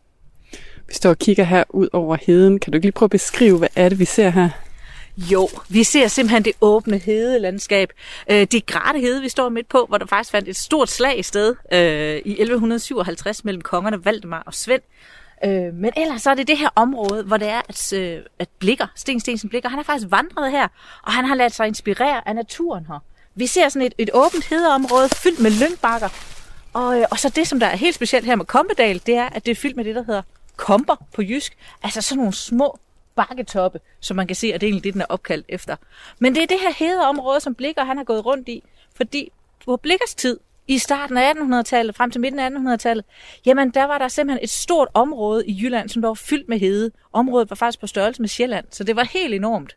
Vi står og kigger her ud over heden. Kan du ikke lige prøve at beskrive, hvad er det, vi ser her? Jo, vi ser simpelthen det åbne hedelandskab. Det er Grate Hede, vi står midt på, hvor der faktisk fandt et stort slag i sted øh, i elleve syvoghalvtreds mellem kongerne Valdemar og Svend. Øh, men ellers så er det det her område, hvor det er, at, øh, at Blikker, Sten Stensen Blikker, han har faktisk vandret her, og han har ladet sig inspirere af naturen her. Vi ser sådan et, et åbent hedeområde fyldt med lyngbakker, og, øh, og så det, som der er helt specielt her med Kompedal, det er, at det er fyldt med det, der hedder komper på jysk, altså sådan nogle små bakketoppe, som man kan se, at det er egentlig det, den er opkaldt efter. Men det er det her hedeområde, som Blikker han har gået rundt i, fordi på Blikkers tid, i starten af attenhundredetallet, frem til midten af attenhundredetallet, jamen der var der simpelthen et stort område i Jylland, som der var fyldt med hede. Området var faktisk på størrelse med Sjælland, så det var helt enormt.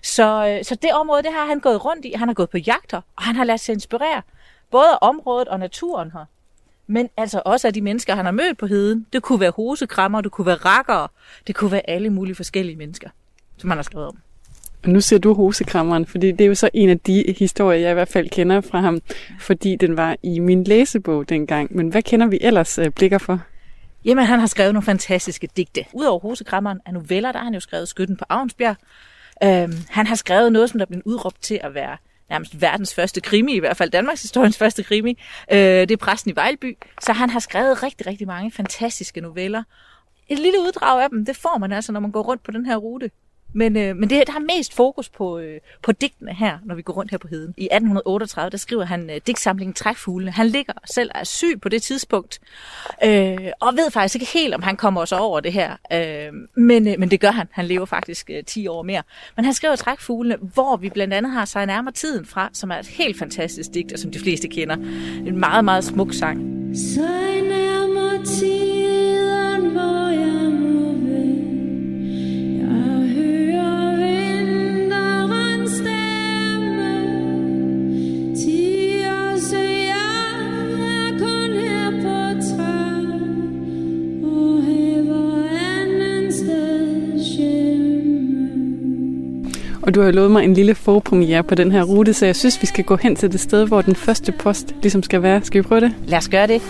Så, så det område, det har han gået rundt i. Han har gået på jagter, og han har ladet sig inspirere. Både af området og naturen her. Men altså også af de mennesker, han har mødt på heden. Det kunne være hosekrammer, det kunne være rakkere, det kunne være alle mulige forskellige mennesker, som han har skrevet om. Og nu ser du hosekrammeren, fordi det er jo så en af de historier, jeg i hvert fald kender fra ham, fordi den var i min læsebog dengang. Men hvad kender vi ellers uh, Blikker for? Jamen, han har skrevet nogle fantastiske digte. Udover hosekrammeren af noveller, der har han jo skrevet Skytten på Avnsbjerg. Øhm, han har skrevet noget, som der blev udråbt til at være nærmest verdens første krimi, i hvert fald Danmarks historiens første krimi. Øh, det er Præsten i Vejlby. Så han har skrevet rigtig, rigtig mange fantastiske noveller. Et lille uddrag af dem, det får man altså, når man går rundt på den her rute. Men, øh, men det, der har mest fokus på, øh, på digtene her, når vi går rundt her på heden. I atten otteogtredive, der skriver han øh, digtsamlingen Trækfuglene. Han ligger selv er syg på det tidspunkt, øh, og ved faktisk ikke helt, om han kommer også over det her. Øh, men, øh, men det gør han. Han lever faktisk øh, ti år mere. Men han skriver Trækfuglene, hvor vi blandt andet har Sig nærmere tiden fra, som er et helt fantastisk digt, og som de fleste kender. En meget, meget smuk sang. Sig nærmere tiden, hvor jeg må være. Jeg hører vinterens stemme. Tiger, så jeg er kun her på træ. Og hæver anden sted hjemme. Og du har lovet mig en lille forpremiere på den her rute, så jeg synes, vi skal gå hen til det sted, hvor den første post ligesom skal være. Skal vi prøve det? Lad os gøre det.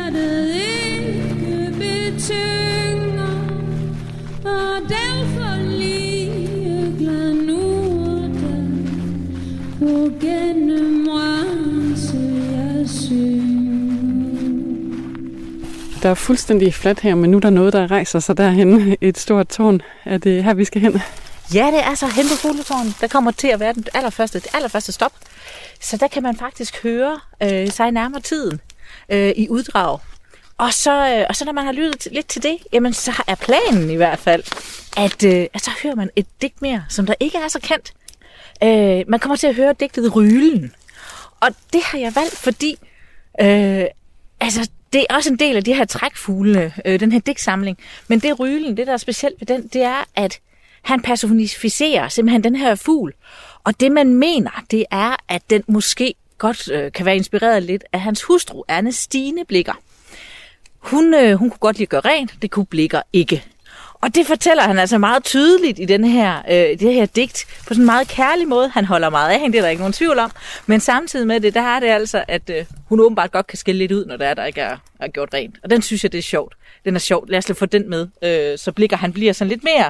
Der er fuldstændig fladt her, men nu er der noget, der rejser sig derhen. Et stort tårn. Er det her, vi skal hen? Ja, det er så hen på Fugletårnet. Der kommer til at være den allerførste, det allerførste stop. Så der kan man faktisk høre øh, Sig nærmere tiden øh, i uddrag. Og så, øh, og så når man har lyttet lidt til det, jamen så er planen i hvert fald, at, øh, at så hører man et digt mere, som der ikke er så kendt. Øh, man kommer til at høre digtet Rylen. Og det har jeg valgt, fordi øh, altså, det er også en del af de her trækfuglene, øh, den her digtsamling. Men det Rylen, det der er specielt ved den, det er, at han personificerer simpelthen den her fugl. Og det man mener, det er, at den måske godt øh, kan være inspireret lidt af hans hustru, Anne Stine Blicher. Hun, øh, hun kunne godt lide at gøre rent, det kunne Blicher ikke. Og det fortæller han altså meget tydeligt i den her, øh, det her digt, på sådan en meget kærlig måde. Han holder meget af hende, det er der ikke nogen tvivl om. Men samtidig med det, der er det altså, at øh, hun åbenbart godt kan skille lidt ud, når der er, der ikke er, er gjort rent. Og den synes jeg, det er sjovt. Den er sjovt. Lad os lige få den med. Øh, så Blicher, han bliver sådan lidt mere,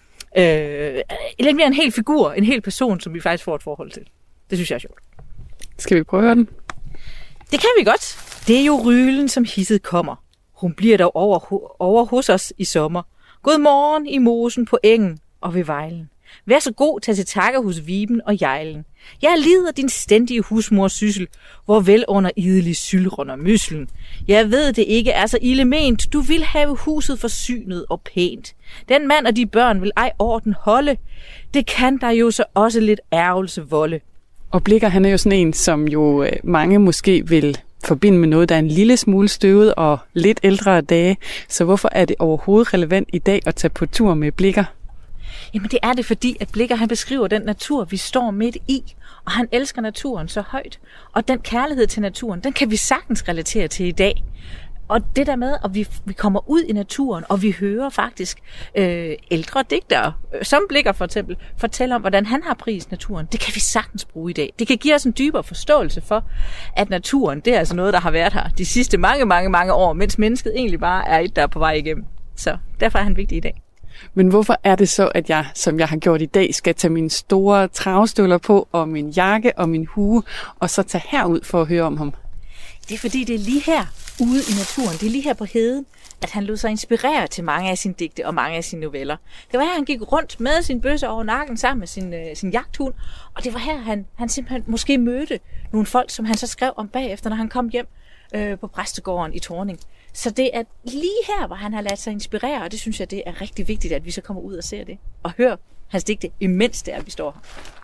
øh, lidt mere en hel figur, en hel person, som vi faktisk får et forhold til. Det synes jeg er sjovt. Skal vi prøve at høre den? Det kan vi godt. Det er jo Rylen, som hisset kommer. Hun bliver dog over, over hos os i sommer. God morgen i mosen på engen og ved vejlen. Vær så god, tag til takke hos Viben og Jejlen. Jeg lider din stændige husmors syssel, hvor vel under idelig sylrunder myslen. Jeg ved det ikke er så ille ment, du vil have huset forsynet og pænt. Den mand og de børn vil ej orden holde. Det kan der jo så også lidt ærgelse volde. Og Blicher, han er jo sådan en, som jo mange måske vil forbinde med noget, der er en lille smule støvet og lidt ældre dage. Så hvorfor er det overhovedet relevant i dag at tage på tur med Blicher? Jamen det er det, fordi at Blicher, han beskriver den natur, vi står midt i, og han elsker naturen så højt. Og den kærlighed til naturen, den kan vi sagtens relatere til i dag. Og det der med, at vi, vi kommer ud i naturen, og vi hører faktisk øh, ældre digtere, øh, som Blicher for eksempel, fortæller om, hvordan han har prist naturen. Det kan vi sagtens bruge i dag. Det kan give os en dybere forståelse for, at naturen, det er altså noget, der har været her de sidste mange, mange, mange år, mens mennesket egentlig bare er et, der er på vej igennem. Så derfor er han vigtig i dag. Men hvorfor er det så, at jeg, som jeg har gjort i dag, skal tage mine store travstøvler på, og min jakke og min hue, og så tage herud for at høre om ham? Det er fordi, det er lige her ude i naturen, det er lige her på heden, at han lod sig inspirere til mange af sine digte og mange af sine noveller. Det var her, han gik rundt med sin bøsse over nakken sammen med sin, øh, sin jagthund, og det var her, han, han simpelthen måske mødte nogle folk, som han så skrev om bagefter, når han kom hjem øh, på præstegården i Thorning. Så det er lige her, hvor han har ladet sig inspirere, og det synes jeg, det er rigtig vigtigt, at vi så kommer ud og ser det, og hører hans digte, imens det er, at vi står her.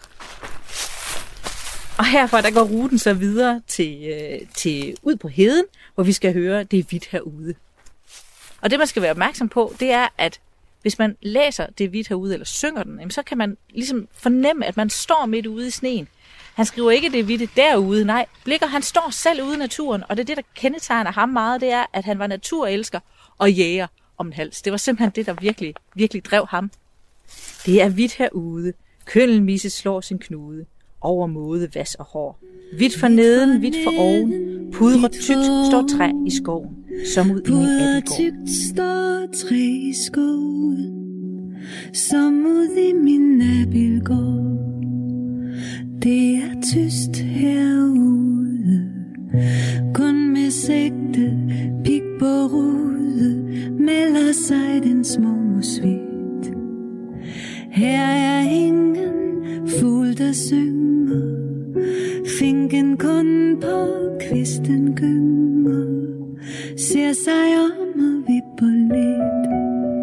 Og herfra, der går ruten så videre til, øh, til ud på heden, hvor vi skal høre, det er hvidt herude. Og det, man skal være opmærksom på, det er, at hvis man læser det er hvidt herude, eller synger den, jamen, så kan man ligesom fornemme, at man står midt ude i sneen. Han skriver ikke, det er hvidt derude, nej. Blicher, han står selv ude i naturen, og det er det, der kendetegner ham meget, det er, at han var naturelsker og jæger om en hals. Det var simpelthen det, der virkelig, virkelig drev ham. Det er hvidt herude, køndelmisse slår sin knude. Over måde, vas og hår. Hvidt for neden, hvidt for oven. Pudret tykt står træ i skoven, som ud i min abbelgård. Tykt står træ i skoven, som ud i min abbelgård. Det er tyst herude, kun med sigte, pik på rude, melder sig den små musvit. Her er ingen fugl, der synger, finken kun på kvisten gynger, ser sig om og vipper lidt.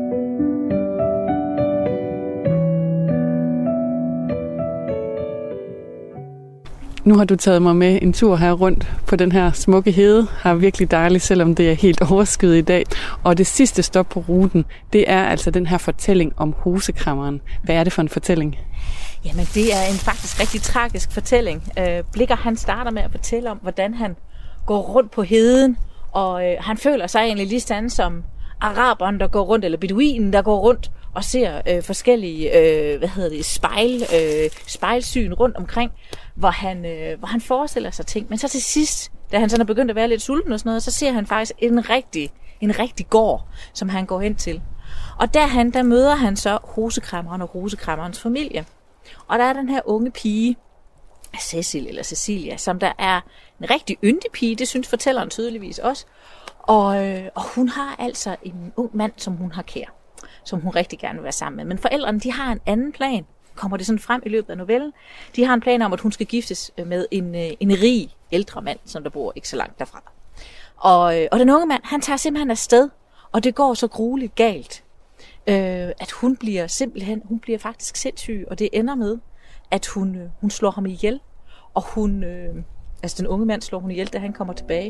Nu har du taget mig med en tur her rundt på den her smukke hede. Har virkelig dejligt, selvom det er helt overskyet i dag. Og det sidste stop på ruten, det er altså den her fortælling om Hosekræmmeren. Hvad er det for en fortælling? Jamen, det er en faktisk rigtig tragisk fortælling. Øh, Blicher, han starter med at fortælle om, hvordan han går rundt på heden, og øh, han føler sig egentlig lige sådan som araberen, der går rundt, eller beduinen, der går rundt og ser øh, forskellige øh, hvad hedder det, spejl, øh, spejlsyn rundt omkring, hvor han, øh, hvor han forestiller sig ting. Men så til sidst, da han sådan er begyndt at være lidt sulten og sådan noget, så ser han faktisk en rigtig, en rigtig gård, som han går hen til. Og derhen, der møder han så Hosekræmmeren og Hosekræmmerens familie. Og der er den her unge pige, Cecil eller Cecilia, som der er en rigtig yndig pige, det synes fortælleren tydeligvis også. Og, øh, og hun har altså en ung mand, som hun har kær, som hun rigtig gerne vil være sammen med. Men forældrene, de har en anden plan, kommer det sådan frem i løbet af novellen. De har en plan om, at hun skal giftes med en, en rig ældre mand, som der bor ikke så langt derfra. Og, og den unge mand, han tager simpelthen afsted, og det går så grueligt galt, øh, at hun bliver simpelthen, hun bliver faktisk sindssyg, og det ender med, at hun, øh, hun slår ham ihjel. Og hun, øh, altså den unge mand slår hun ihjel, da han kommer tilbage.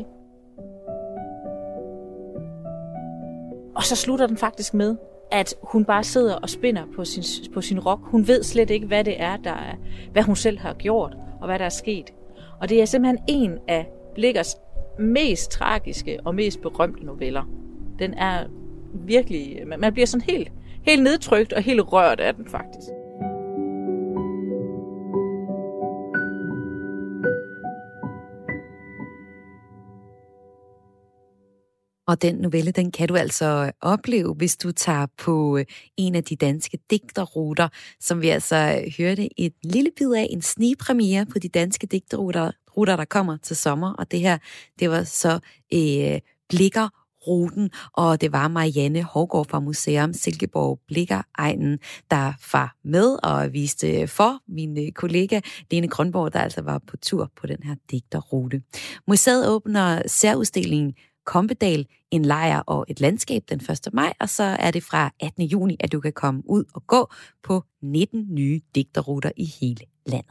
Og så slutter den faktisk med, at hun bare sidder og spinder på sin, på sin rok. Hun ved slet ikke, hvad det er, der er, hvad hun selv har gjort, og hvad der er sket. Og det er simpelthen en af Blichers mest tragiske og mest berømte noveller. Den er virkelig, man bliver sådan helt, helt nedtrykt og helt rørt af den faktisk. Og den novelle, den kan du altså opleve, hvis du tager på en af de danske digterruter, som vi altså hørte et lille bid af, en snigpremiere på de danske digterruter, ruter, der kommer til sommer. Og det her, det var så øh, Blicher-ruten, og det var Marianne Hougaard fra Museum Silkeborg Blicher-egnen, der var med og viste for min kollega Lene Grønborg, der altså var på tur på den her digterrute. Museet åbner særudstillingen Kompedal, en lejr og et landskab den første maj, og så er det fra attende juni, at du kan komme ud og gå på nitten nye digterruter i hele landet.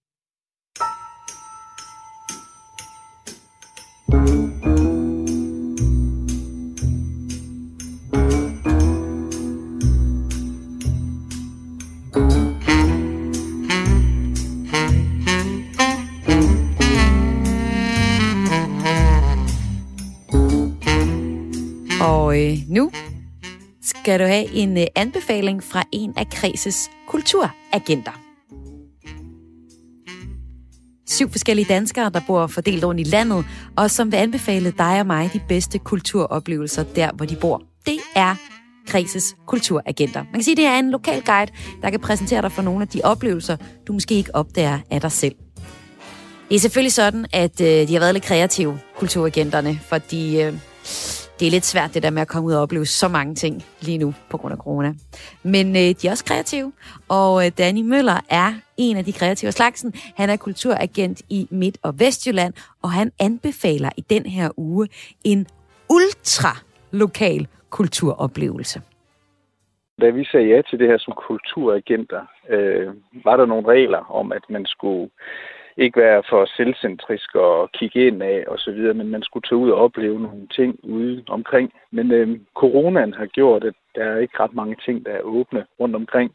Og øh, nu skal du have en øh, anbefaling fra en af Kredses kulturagenter. Syv forskellige danskere, der bor fordelt rundt i landet, og som vil anbefale dig og mig de bedste kulturoplevelser der, hvor de bor. Det er Kredses kulturagenter. Man kan sige, at det er en lokal guide, der kan præsentere dig for nogle af de oplevelser, du måske ikke opdager af dig selv. Det er selvfølgelig sådan, at øh, de har været lidt kreative, kulturagenterne, fordi øh, det er lidt svært det der med at komme ud og opleve så mange ting lige nu på grund af corona. Men øh, de er også kreative, og øh, Danny Møller er en af de kreative slagsen. Han er kulturagent i Midt- og Vestjylland, og han anbefaler i den her uge en ultra-lokal kulturoplevelse. Da vi sagde ja til det her som kulturagenter, øh, var der nogle regler om, at man skulle ikke være for selvcentrisk og kigge ind af og så videre, men man skulle tage ud og opleve nogle ting ude omkring. Men øh, coronaen har gjort, at der er ikke ret mange ting, der er åbne rundt omkring.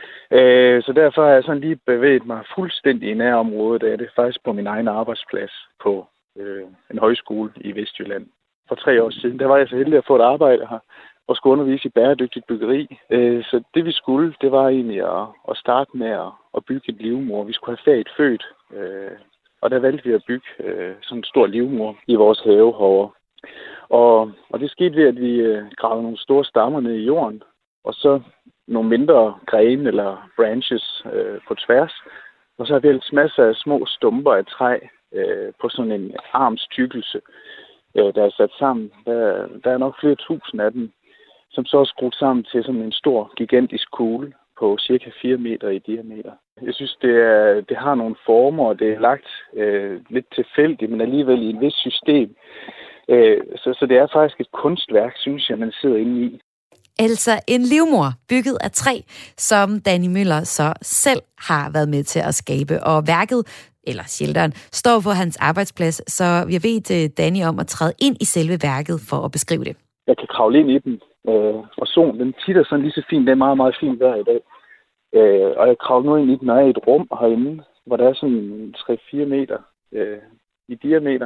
Øh, så derfor har jeg sådan lige bevæget mig fuldstændig i nærområdet. Det er det faktisk på min egen arbejdsplads på øh, en højskole i Vestjylland. For tre år siden, der var jeg så heldig at få et arbejde her og skulle undervise i bæredygtigt byggeri. Øh, så det vi skulle, det var egentlig at, at starte med at, at bygge et livmor. Vi skulle have færdigt født. Øh, og der valgte vi at bygge øh, sådan en stor livmor i vores have herovre. Og, og det skete ved, at vi øh, gravede nogle store stammer ned i jorden, og så nogle mindre grene eller branches øh, på tværs. Og så har vi ellers masser af små stumper af træ øh, på sådan en armstykkelse, øh, der er sat sammen. Der, der er nok flere tusind af dem, som så er skruet sammen til sådan en stor, gigantisk kugle på cirka fire meter i diameter. Jeg synes, det, er, det har nogle former, og det er lagt øh, lidt tilfældigt, men alligevel i et vist system. Øh, så, så det er faktisk et kunstværk, synes jeg, man sidder inde i. Altså en livmor bygget af træ, som Danny Møller så selv har været med til at skabe. Og værket, eller shelteren, står på hans arbejdsplads, så vi har bedt Danny om at træde ind i selve værket for at beskrive det. Jeg kan kravle ind i den, øh, og solen den titter sådan lige så fint. Det er meget, meget fint vejr i dag. Øh, og jeg kravler nu ind i den, og er i et rum herinde, hvor der er sådan tre til fire meter øh, i diameter.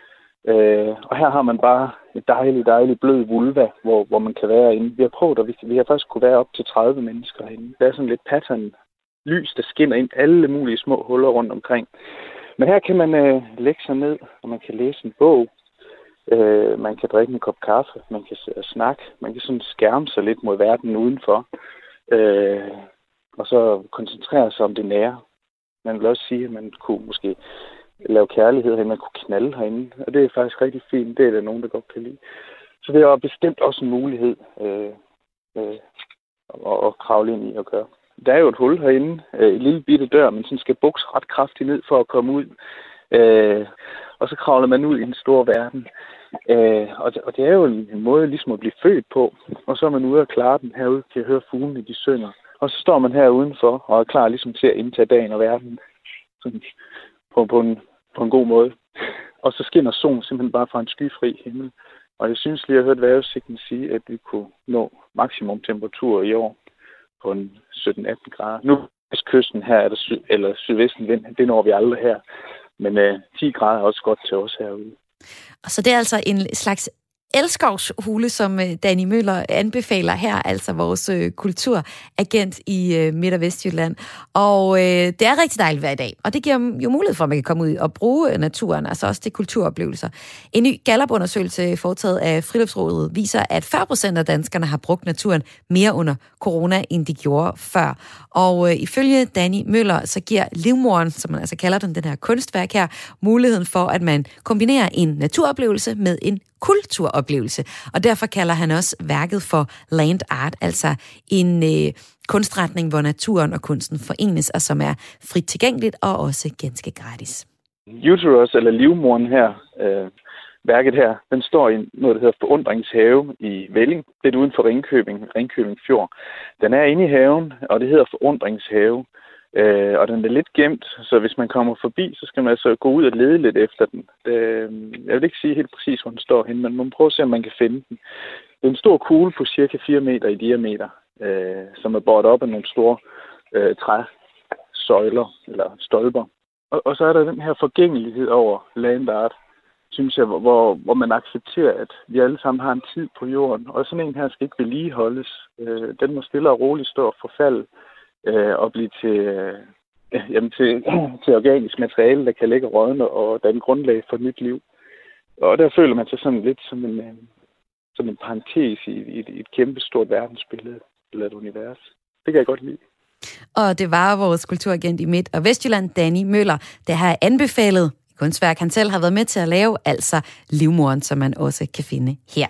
Øh, og her har man bare et dejligt, dejligt blød vulva, hvor, hvor man kan være inde. Vi har prøvet, og vi, vi har faktisk kunne være op til tredive mennesker herinde. Der er sådan lidt pattern lys, der skinner ind alle mulige små huller rundt omkring. Men her kan man øh, lægge sig ned, og man kan læse en bog. Øh, man kan drikke en kop kaffe, man kan sidde og snakke. Man kan sådan skærme sig lidt mod verden udenfor. Øh, og så koncentrere sig om det nære. Man vil også sige, at man kunne måske lave kærlighed herinde, man kunne knalde herinde. Og det er faktisk rigtig fint. Det er der nogen, der godt kan lide. Så det er bestemt også en mulighed øh, øh, at, at kravle ind i og gøre. Der er jo et hul herinde, øh, et lille bitte dør, men sådan skal bukse ret kraftigt ned for at komme ud. Øh, og så kravler man ud i den store verden. Øh, og, det, og det er jo en, en måde ligesom at blive født på. Og så er man ude og klare den herude til at høre fuglene, de synger. Og så står man her udenfor og er klar ligesom til at indtage dagen og verden sådan, på, på, en, på en god måde. Og så skinner solen simpelthen bare fra en skyfri himmel. Og jeg synes lige, at jeg hørte vejrudsigten sige, at vi kunne nå maksimum temperatur i år på en sytten atten grader. Nu er kysten her, er der sy- eller sydvesten vind, det når vi aldrig her. Men øh, ti grader er også godt til os herude. Og så det er altså en slags elskovshule, som Danny Møller anbefaler her, altså vores øh, kulturagent i øh, Midt- og Vestjylland. Og øh, det er rigtig dejligt hver dag, og det giver jo mulighed for, at man kan komme ud og bruge naturen, altså også til kulturoplevelser. En ny Gallup-undersøgelse foretaget af Friluftsrådet viser, at fyrre procent af danskerne har brugt naturen mere under corona, end de gjorde før. Og øh, ifølge Danny Møller, så giver livmoren, som man altså kalder den, den her kunstværk her, muligheden for, at man kombinerer en naturoplevelse med en kulturoplevelse. Og derfor kalder han også værket for land art, altså en øh, kunstretning, hvor naturen og kunsten forenes, og som er frit tilgængeligt og også ganske gratis. Uterus, eller livmoren her, øh, værket her, den står i noget, der hedder Forundringshave i Velling, lidt uden for Ringkøbing, Ringkøbing Fjord. Den er inde i haven, og det hedder Forundringshave. Øh, og den er lidt gemt, så hvis man kommer forbi, så skal man altså gå ud og lede lidt efter den. Det, jeg vil ikke sige helt præcis, hvor den står henne, men man prøver at se, om man kan finde den. Det er en stor kugle på cirka fire meter i diameter, øh, som er båret op af nogle store øh, træsøjler eller stolper. Og, og så er der den her forgængelighed over land art, synes jeg, hvor, hvor man accepterer, at vi alle sammen har en tid på jorden. Og sådan en her skal ikke vedligeholdes. Øh, den må stille og roligt stå og forfalde og blive til, øh, jamen til, til organisk materiale, der kan ligge rådne og danne grundlag for nyt liv. Og der føler man sig sådan lidt som en, som en parentes i, i, et, i et kæmpe stort verdensbillede eller et univers. Det kan jeg godt lide. Og det var vores kulturagent i Midt- og Vestjylland, Danny Møller, der har anbefalet kunstværk, han selv har været med til at lave, altså livmoren, som man også kan finde her.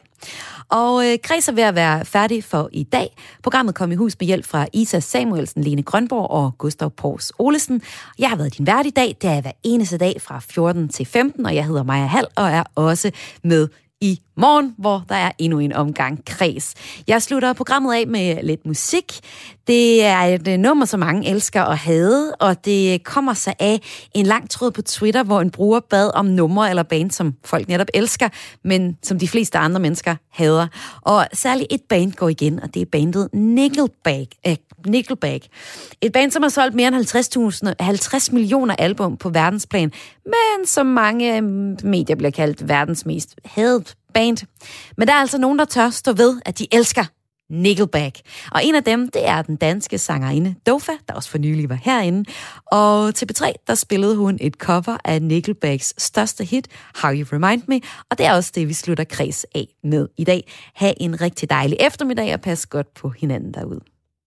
Og øh, Kreds er ved at være færdig for i dag. Programmet kom i hus med hjælp fra Isa Samuelsen, Lene Grønborg og Gustav Pors Olesen. Jeg har været din vært i dag. Det er hver eneste dag fra fjorten til femten, og jeg hedder Maja Hall og er også med i morgen, hvor der er endnu en omgang Kreds. Jeg slutter programmet af med lidt musik. Det er et nummer, som mange elsker at hade, og det kommer sig af en lang tråd på Twitter, hvor en bruger bad om numre eller band, som folk netop elsker, men som de fleste andre mennesker hader. Og særligt et band går igen, og det er bandet Nickelback. Äh, Nickelback. Et band, som har solgt mere end halvtreds tusind, halvtreds millioner album på verdensplan, men som mange medier bliver kaldt verdens mest hadet band. Men der er altså nogen, der tør stå ved, at de elsker Nickelback. Og en af dem, det er den danske sangerinde Dofa, der også for nylig var herinde. Og til P tre, der spillede hun et cover af Nickelbacks største hit, How You Remind Me. Og det er også det, vi slutter Kreds af med i dag. Ha' en rigtig dejlig eftermiddag, og pas godt på hinanden derude.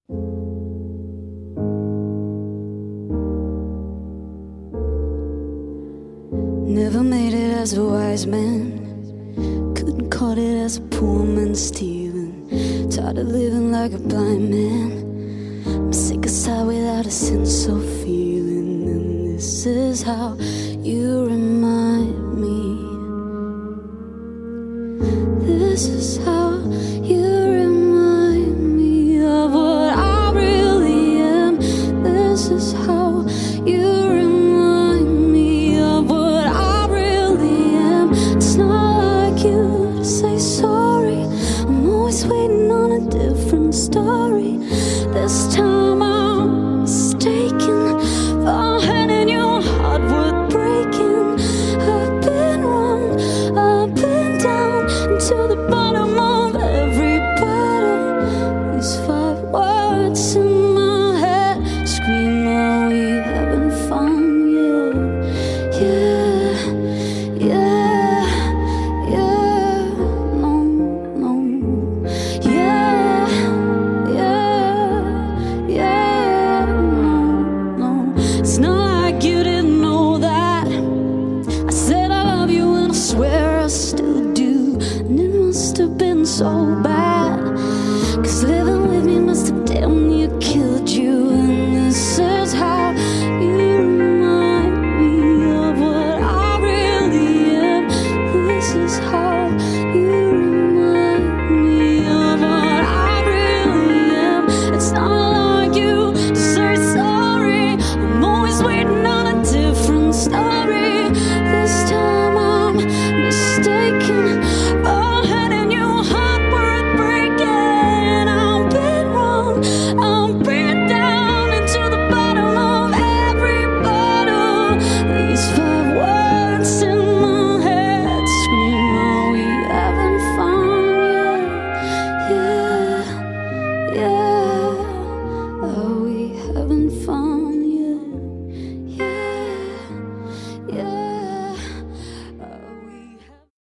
Never made it as a wise man, couldn't cut it as a poor man stealing. Tired of living like a blind man, I'm sick aside without a sense of feeling. And this is how you remind me. This is how you remind me of what I really am. This is how you remind me of what I really am. It's not like you to say sorry. I'm always waiting on a different story. This time I'm mistaken for handing your heart worth breaking. I've been wrong, I've been down to the bottom of every battle. These five words in my head scream, oh, we haven't found yet. Yeah, yeah, yeah, no, no. Yeah, yeah, yeah, no, no. It's not like you didn't know that. I said I love you and I swear I still do. And it must have been so bad, 'cause living with me must have damn